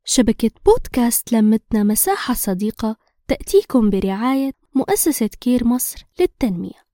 شبكة بودكاست لمتنا مساحة صديقة تأتيكم برعاية مؤسسة كير مصر للتنمية.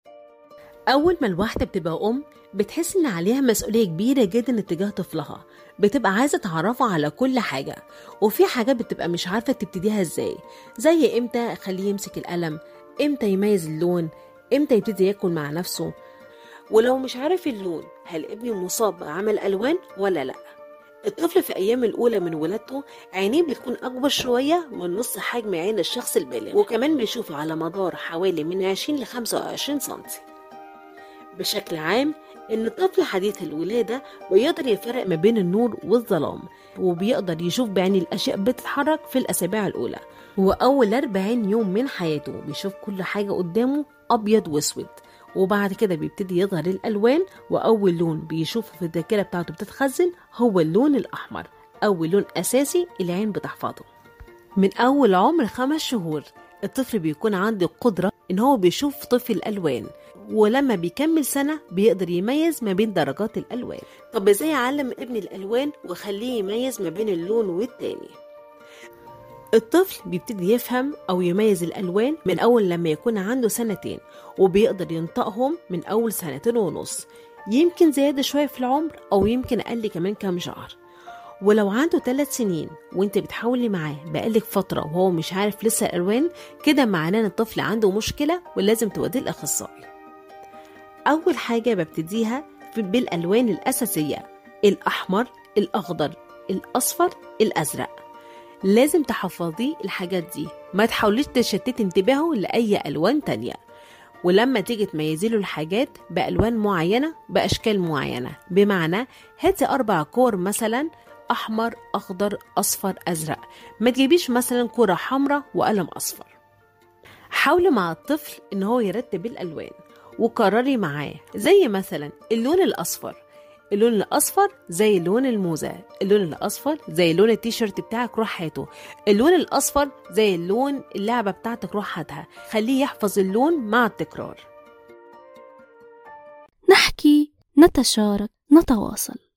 أول ما الواحدة بتبقى بتحس إن عليها مسؤولية كبيرة جدا اتجاه طفلها، بتبقى عايزة تعرفه على كل حاجة، وفي حاجات بتبقى مش عارفة تبتديها ازاي، زي امتى اخليه يمسك القلم، امتى يميز اللون، امتى يبتدي ياكل مع نفسه. ولو مش عارف اللون، هل ابني مصاب بعمل ألوان ولا لأ؟ الطفل في أيام الأولى من ولادته عينيه بتكون أكبر شوية من نص حجم عين الشخص البالغ، وكمان بيشوف على مدار حوالي من 20 ل 25 سنتي. بشكل عام إن الطفل حديث الولادة بيقدر يفرق ما بين النور والظلام، وبيقدر يشوف بعين الأشياء بتتحرك في الأسابيع الأولى، وأول 40 يوم من حياته بيشوف كل حاجة قدامه أبيض وأسود، وبعد كده بيبتدي يظهر الألوان، وأول لون بيشوفه في الذاكرة بتاعته بتتخزن هو اللون الأحمر، أول لون أساسي العين بتحفظه. من أول عمر 5 شهور الطفل بيكون عنده قدرة إن هو بيشوف طفل الألوان، ولما بيكمل سنة بيقدر يميز ما بين درجات الألوان. طب إزاي أعلم ابني الألوان وخليه يميز ما بين اللون والتاني؟ الطفل بيبتدي يفهم أو يميز الألوان من أول لما يكون عنده 2 سنين، وبيقدر ينطقهم من أول 2.5 سنين، يمكن زيادة شوية في العمر أو يمكن أقل كمان كام شهر. ولو عنده 3 سنين وانت بتحاولي معاه بقالك فترة وهو مش عارف لسه الألوان، كده معناه ان الطفل عنده مشكلة ولازم توديه الأخصائي. أول حاجة ببتديها بالألوان الأساسية: الأحمر، الأخضر، الأصفر، الأزرق. لازم تحفظي الحاجات دي، ما تحاوليش تشتتي انتباهه لأي ألوان تانية. ولما تيجي تميزي له الحاجات بألوان معينة بأشكال معينة، بمعنى هاتي 4 كور مثلا أحمر، أخضر، أصفر، أزرق، ما تجيبيش مثلا كرة حمراء وقلم أصفر. حاولي مع الطفل إن هو يرتب الألوان، وقرري معاه زي مثلا اللون الأصفر. اللون الأصفر زي لون الموزة، اللون الأصفر زي لون التيشيرت بتاعك روح هاته، اللون الأصفر زي اللون اللعبة بتاعتك روح هاتها. خليه يحفظ اللون مع التكرار. نحكي، نتشارك، نتواصل.